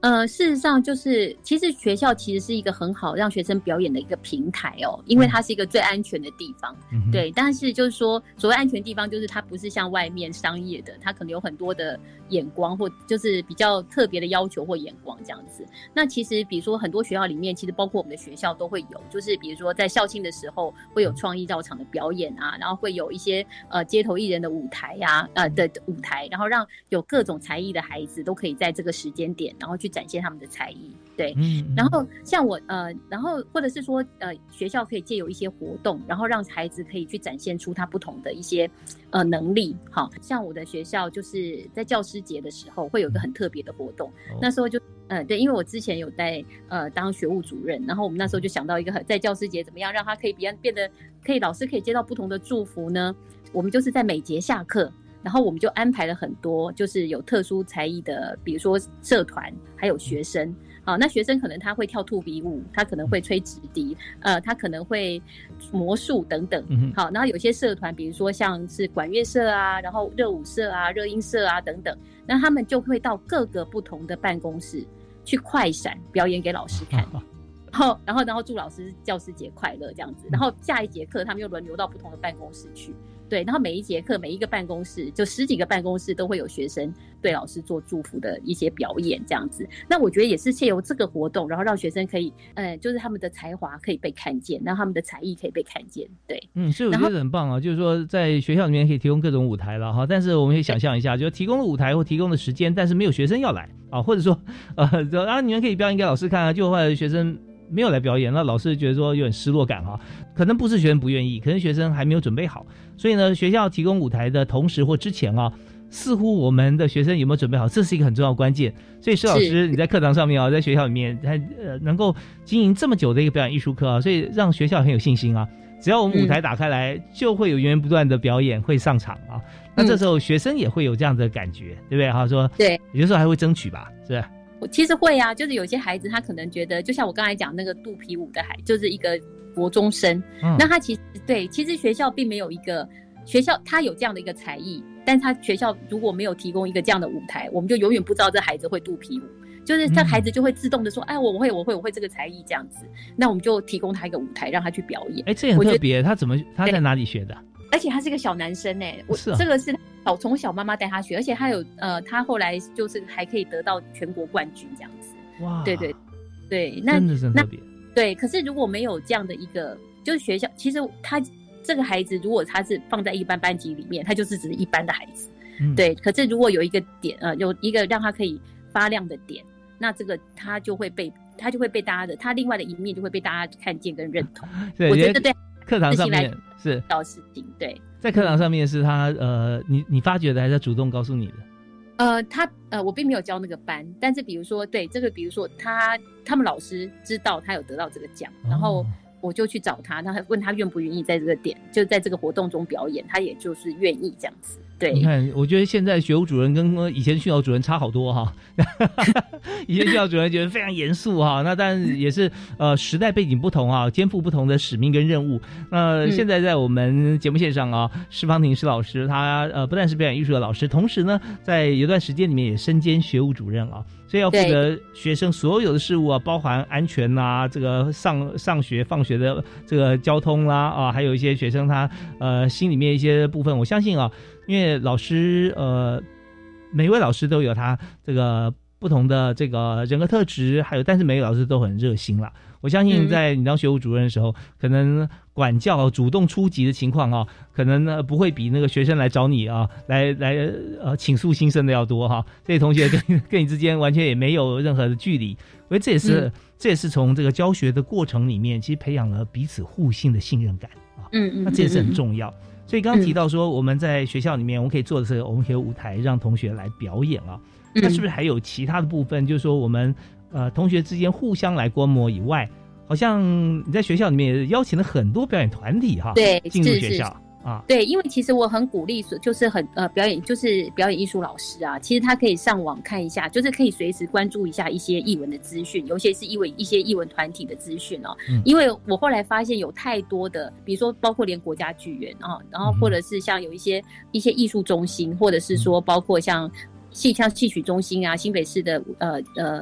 事实上就是，其实学校其实是一个很好让学生表演的一个平台哦，因为它是一个最安全的地方，对。但是就是说，所谓安全地方，就是它不是像外面商业的，它可能有很多的眼光或就是比较特别的要求或眼光这样子。那其实比如说很多学校里面，其实包括我们的学校都会有，就是比如说在校庆的时候会有创意绕场的表演啊，然后会有一些街头艺人的舞台呀的舞台，然后让有各种才艺的孩子都可以在这个时间点，然后去展现他们的才艺，对，然后像我然后或者是说学校可以借由一些活动，然后让孩子可以去展现出他不同的一些能力，好像我的学校就是在教师节的时候会有一个很特别的活动，那时候就对，因为我之前有在当学务主任，然后我们那时候就想到一个在教师节怎么样让他可以变得可以老师可以接到不同的祝福呢？我们就是在每节下课。然后我们就安排了很多就是有特殊才艺的，比如说社团还有学生，好，那学生可能他会跳兔鼻舞，他可能会吹直笛，他可能会魔术等等，好，然后有些社团比如说像是管乐社啊，然后热舞社啊，热音社啊等等，那他们就会到各个不同的办公室去快闪表演给老师看，然后祝老师教师节快乐这样子，然后下一节课他们又轮流到不同的办公室去，对，然后每一节课每一个办公室就10几个办公室都会有学生对老师做祝福的一些表演这样子。那我觉得也是借由这个活动，然后让学生可以就是他们的才华可以被看见，然后他们的才艺可以被看见，对， 所以我觉得很棒啊，就是说在学校里面可以提供各种舞台了哈，但是我们可以想象一下，就提供的舞台或提供的时间，但是没有学生要来啊，或者说你们可以表演给老师看啊，就后来学生没有来表演，那老师觉得说有点失落感哈，可能不是学生不愿意，可能学生还没有准备好，所以呢，学校提供舞台的同时或之前啊，似乎我们的学生有没有准备好，这是一个很重要的关键。所以施老师你在课堂上面啊，在学校里面能够经营这么久的一个表演艺术课啊，所以让学校很有信心啊。只要我们舞台打开来，就会有源源不断的表演会上场啊。那这时候学生也会有这样的感觉，对不对？哈，说对，有的时候还会争取吧，是吧？ 其实会啊，就是有些孩子他可能觉得，就像我刚才讲那个肚皮舞的孩，就是一个国中生，那他其实学校并没有一个学校他有这样的一个才艺，但他学校如果没有提供一个这样的舞台，我们就永远不知道这孩子会肚皮舞，就是这孩子就会自动的说，哎，我会这个才艺这样子，那我们就提供他一个舞台让他去表演。 这也很特别，他在哪里学的？ 而且他是个小男生这个是从小妈妈带他学，而且他有他后来就是还可以得到全国冠军这样子。哇，对，那真的是很特别。 对，可是如果没有这样的一个，就是学校，其实他这个孩子如果他是放在一般班级里面，他就是只是一般的孩子。对，可是如果有一个点有一个让他可以发亮的点，那这个他就会被大家的他另外的一面就会被大家看见跟认同。对，我觉得对。 课堂上面是到事情，对， 在课堂上面是他你发觉的还是他主动告诉你的？ 我并没有教那个班，但是比如说对这个，比如说他们老师知道他有得到这个奖，然后我就去找他，问他愿不愿意在这个点就在这个活动中表演，他也就是愿意这样子。对， 你看，我觉得现在学务主任跟以前训导主任差好多哈。以前训导主任觉得非常严肃哈，那当然也是时代背景不同啊，肩负不同的使命跟任务。现在在我们节目线上啊，施芳婷施老师他不但是表演艺术的老师，同时呢，在有段时间里面也身兼学务主任啊，所以要负责学生所有的事务啊，包含安全啊，这个上学放学的这个交通啦啊，还有一些学生他心里面一些部分，我相信啊。因为老师每位老师都有他这个不同的这个人格特质，还有但是每个老师都很热心啦。我相信在你当学务主任的时候，可能管教主动出击的情况啊，可能不会比那个学生来找你啊，来倾诉心声的要多哈。这些同学跟你之间完全也没有任何的距离，因为这也是从这个教学的过程里面，其实培养了彼此互信的信任感啊。那这也是很重要。所以刚刚提到说，我们在学校里面我们可以做的是，我们可以有舞台让同学来表演啊。那是不是还有其他的部分？就是说我们同学之间互相来观摩以外，好像你在学校里面也邀请了很多表演团体哈， 对， 进入学校。 对，因为其实我很鼓励，就是表演艺术老师啊，其实他可以上网看一下，就是可以随时关注一下一些艺文的资讯，尤其是一些艺文团体的资讯哦。因为我后来发现有太多的，比如说包括连国家剧院啊，然后或者是像有一些艺术中心，或者是说包括像戏曲中心啊，新北市的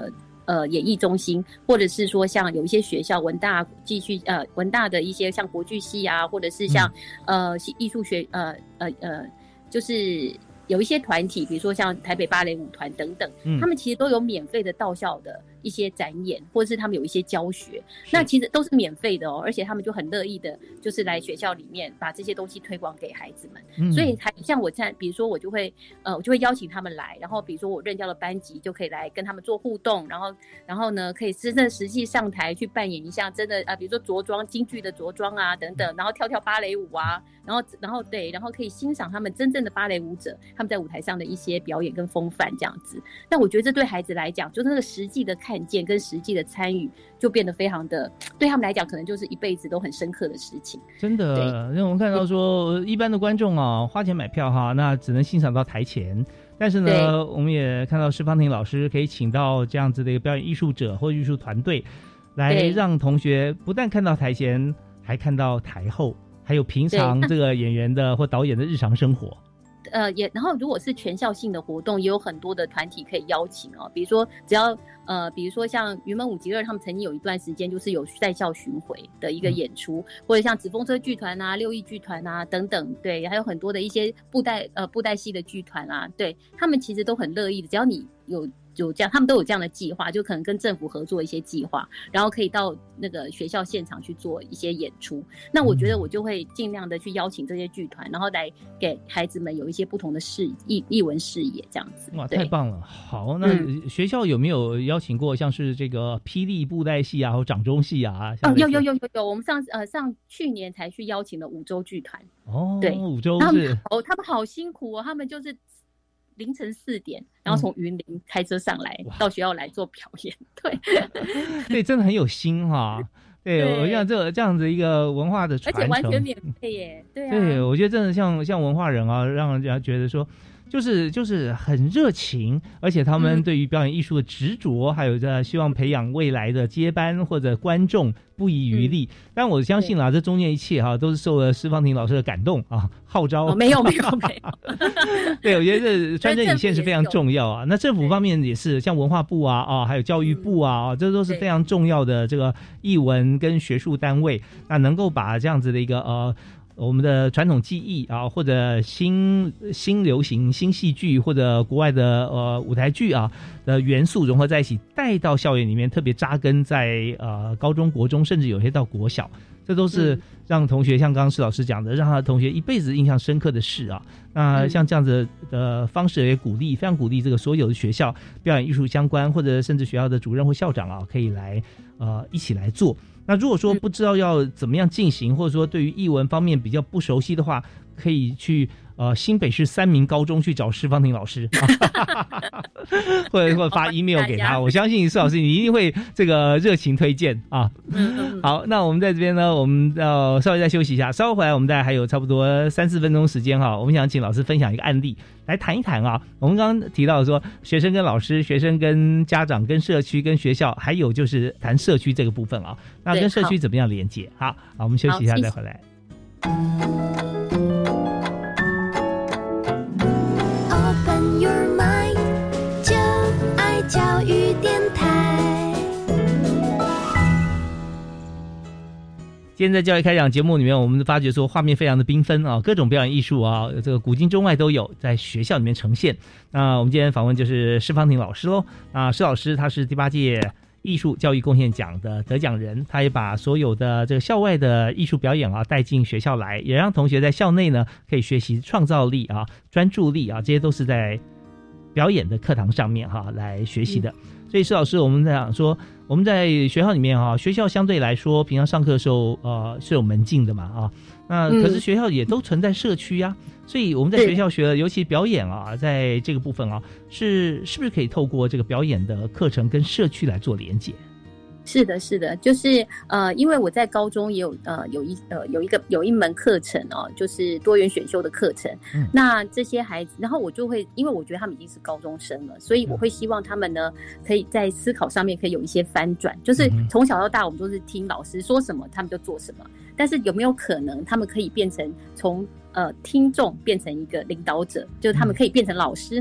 演艺中心，或者是说像有一些学校文大继续文大的一些像国剧系啊，或者是像艺术学就是有一些团体，比如说像台北芭蕾舞团等等，他们其实都有免费的到校的一些展演，或者是他们有一些教学，那其实都是免费的哦，而且他们就很乐意的，就是来学校里面把这些东西推广给孩子们。所以像我在，比如说我就会邀请他们来，然后比如说我任教的班级就可以来跟他们做互动，然后呢可以真的实际上台去扮演一下真的比如说着装京剧的着装啊等等，然后跳跳芭蕾舞啊，然后可以欣赏他们真正的芭蕾舞者他们在舞台上的一些表演跟风范这样子。那我觉得这对孩子来讲，就那个实际的看见跟实际的参与，就变得非常的对他们来讲，可能就是一辈子都很深刻的事情。 真的，因为我们看到说，一般的观众啊，花钱买票哈，那只能欣赏到台前。但是呢，我们也看到施芳婷老师可以请到这样子的一个表演艺术者或艺术团队，来让同学不但看到台前，还看到台后，还有平常这个演员的或导演的日常生活。 然后如果是全校性的活动，也有很多的团体可以邀请哦。比如说，比如说像云门舞集二，他们曾经有一段时间就是有在校巡回的一个演出，或者像纸风车剧团啊、六艺剧团啊等等，对，还有很多的一些布袋戏的剧团啊，对，他们其实都很乐意的，只要你有这样，他们都有这样的计划，就可能跟政府合作一些计划，然后可以到那个学校现场去做一些演出。那我觉得我就会尽量的去邀请这些剧团，然后来给孩子们有一些不同的艺文视野，这样子。 哇，太棒了！好，那学校有没有邀请过像是这个霹雳布袋戏啊，或掌中戏啊？ 有，我们上去年才去邀请了五洲剧团。 哦， 对， 五洲是他们好辛苦哦，他们就是凌晨4点，然后从云林开车上来到学校来做表演， 对，真的很有心哈。对，我像这样子一个文化的传承， 而且完全免费耶。对啊， 对，我觉得真的像文化人啊，让人家觉得说，就是很热情，而且他们对于表演艺术的执着，还有在希望培养未来的接班或者观众不遗余力。但我相信啦，这中间一切哈，都是受了施芳婷老师的感动啊，号召。 没有。 对，我觉得这穿针引线是非常重要啊。那政府方面也是，像文化部啊，还有教育部啊，这都是非常重要的这个艺文跟学术单位，那能够把这样子的一个我们的传统技艺啊，或者新流行、新戏剧，或者国外的舞台剧啊的元素融合在一起，带到校园里面，特别扎根在高中、国中，甚至有些到国小，这都是让同学像刚刚施老师讲的，让他的同学一辈子印象深刻的事啊。那像这样子的方式也非常鼓励这个所有的学校表演艺术相关，或者甚至学校的主任或校长啊，可以来一起来做。那如果说不知道要怎么样进行，或者说对于艺文方面比较不熟悉的话，可以去新北市3民高中去找施芳婷老师，或者发 email 给他。我相信施老师你一定会这个热情推荐啊。好，那我们在这边呢，我们要稍微再休息一下，稍后回来我们大概还有差不多3-4分钟时间哈。我们想请老师分享一个案例来谈一谈啊。我们刚刚提到说，学生跟老师、学生跟家长、跟社区、跟学校，还有就是谈社区这个部分啊。那跟社区怎么样连接？好，我们休息一下再回来。 Open your mind， 就爱教育电台。 今天在教育开讲节目里面，我们发觉说画面非常的缤纷啊，各种表演艺术啊，这个古今中外都有在学校里面呈现。那我们今天访问就是施芳婷老师喽。那施老师他是第8届艺术教育贡献奖的得奖人，他也把所有的这个校外的艺术表演啊带进学校来，也让同学在校内呢可以学习创造力啊、专注力啊，这些都是在表演的课堂上面来学习的。所以施老师，我们在讲说，我们在学校里面学校相对来说平常上课的时候是有门禁的嘛那可是学校也都存在社区啊，所以我们在学校学的，尤其表演在这个部分是不是可以透过这个表演的课程跟社区来做连结？ 是的，就是因为我在高中也有一门课程就是多元选修的课程。那这些孩子，然后我就会，因为我觉得他们已经是高中生了，所以我会希望他们呢，可以在思考上面可以有一些翻转，就是从小到大我们都是听老师说什么他们就做什么，但是有没有可能他们可以变成从听众变成一个领导者，就是他们可以变成老师呢？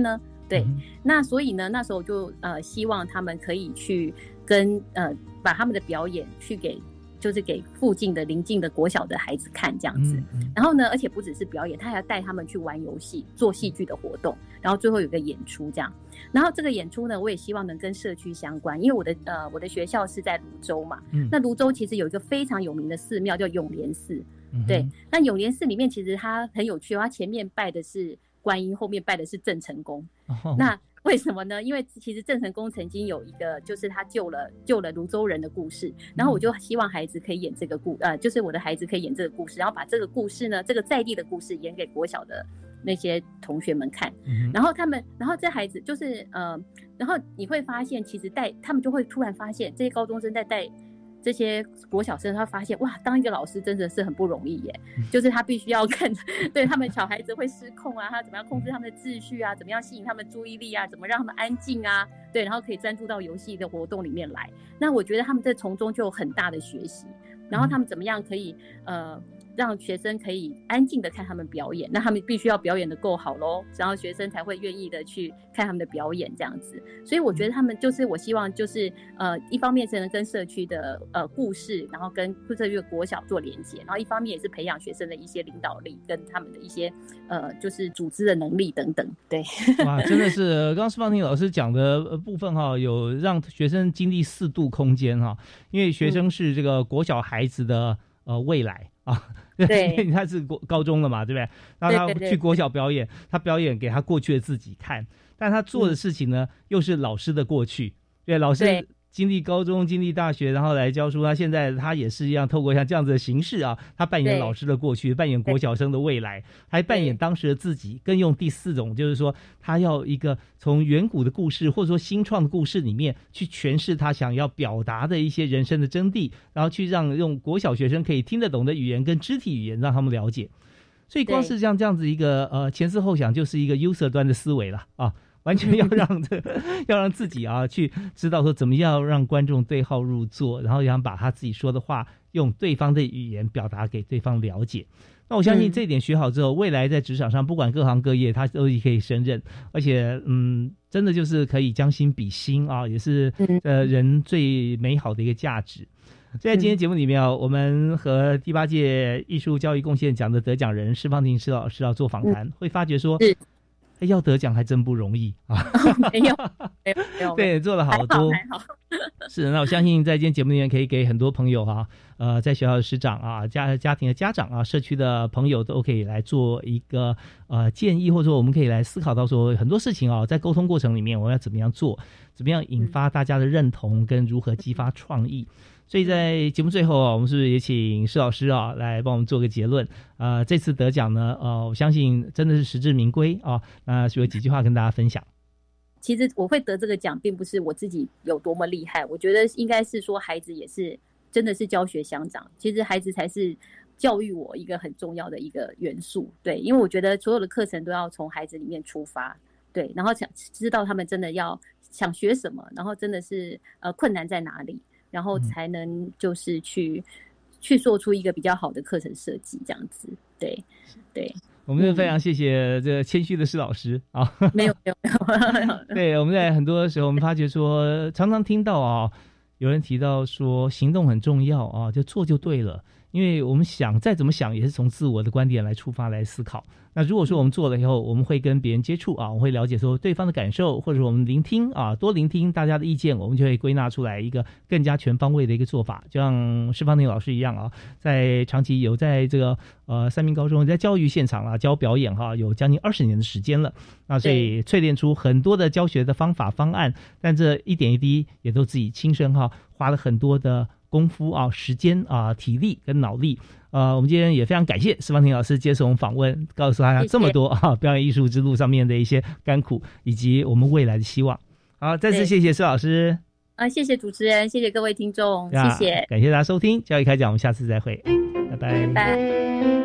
对，那所以呢，那时候就希望他们可以去跟把他们的表演去就是给附近的邻近的国小的孩子看这样子，然后呢，而且不只是表演，他还要带他们去玩游戏、做戏剧的活动，然后最后有个演出这样。然后这个演出呢，我也希望能跟社区相关，因为我的学校是在泸州嘛，那泸州其实有一个非常有名的寺庙叫永莲寺，对，那永莲寺里面其实它很有趣，它前面拜的是观音，后面拜的是郑成功，那为什么呢？因为其实郑成功曾经有一个，就是他救了泸州人的故事，然后我就希望孩子可以演这个就是我的孩子可以演这个故事，然后把这个故事呢，这个在地的故事演给国小的那些同学们看，然后这孩子就是然后你会发现，其实他们就会突然发现，这些高中生在带这些国小生，他发现哇，当一个老师真的是很不容易耶，就是他必须要看对他们小孩子会失控啊，他怎么样控制他们的秩序啊，怎么样吸引他们注意力啊，怎么让他们安静啊，对，然后可以专注到游戏的活动里面来。那我觉得他们在从中就有很大的学习，然后他们怎么样可以让学生可以安静的看他们表演，那他们必须要表演的够好咯，然后学生才会愿意的去看他们的表演这样子。所以我觉得他们就是我希望就是一方面是能跟社区的故事，然后跟社区的国小做连结，然后一方面也是培养学生的一些领导力跟他们的一些就是组织的能力等等。对， 哇，真的是刚刚施芳婷老师讲的部分哈，有让学生经历4度空间哈，因为学生是这个国小孩子的未来啊，对，他是高中了嘛，对不对？然后他去国小表演，他表演给他过去的自己看，但他做的事情呢，又是老师的过去，对，老师经历高中，经历大学，然后来教书，他现在他也是一样，透过像这样子的形式啊，他扮演老师的过去，扮演国小生的未来，还扮演当时的自己，更用第4种，就是说他要一个从远古的故事或者说新创的故事里面去诠释他想要表达的一些人生的真谛，然后去让用国小学生可以听得懂的语言跟肢体语言让他们了解。所以光是这样子一个前思后想，就是一个 user 端的思维了啊。完全要让自己啊去知道说怎么样让观众对号入座，然后想把他自己说的话用对方的语言表达给对方了解。那我相信这一点学好之后，未来在职场上不管各行各业他都可以胜任，而且真的就是可以将心比心啊，也是人最美好的一个价值。在今天节目里面我们和第8届艺术教育贡献奖的得奖人施芳婷施老师要做访谈，会发觉说要得奖还真不容易啊！没有，对，做了好多，还好。是，那我相信在今天节目里面可以给很多朋友在学校的师长啊、家庭的家长啊、社区的朋友都可以来做一个建议，或者说我们可以来思考到说很多事情在沟通过程里面我们要怎么样做，怎么样引发大家的认同，跟如何激发创意。所以在节目最后我们是不是也请施老师来帮我们做个结论？这次得奖呢，我相信真的是实至名归啊。那是有几句话跟大家分享。 其实我会得这个奖，并不是我自己有多么厉害，我觉得应该是说孩子也是真的是教学相长，其实孩子才是教育我一个很重要的一个元素。对，因为我觉得所有的课程都要从孩子里面出发，对，然后想知道他们真的要想学什么，然后真的是困难在哪里。然后才能就是去做出一个比较好的课程设计，这样子。对， 我们非常谢谢这个谦虚的施老师啊。 没有。 对，我们在很多时候我们发觉说，常常听到有人提到说行动很重要就做就对了。因为我们再怎么想也是从自我的观点来出发来思考。那如果说我们做了以后，我们会跟别人接触我们会了解说对方的感受，或者我们聆听多聆听大家的意见，我们就会归纳出来一个更加全方位的一个做法。就像施芳婷老师一样在长期有在这个三民高中在教育现场教表演有将近20年的时间了。那所以淬炼出很多的教学的方法方案，但这一点一滴也都自己亲身花了很多的功夫时间体力跟脑力。我们今天也非常感谢施芳婷老师接受我们访问，告诉大家这么多表演艺术之路上面的一些甘苦，以及我们未来的希望。好，再次谢谢施老师。 谢谢主持人，谢谢各位听众，谢谢， 感谢大家收听教育开讲，我们下次再会，拜拜。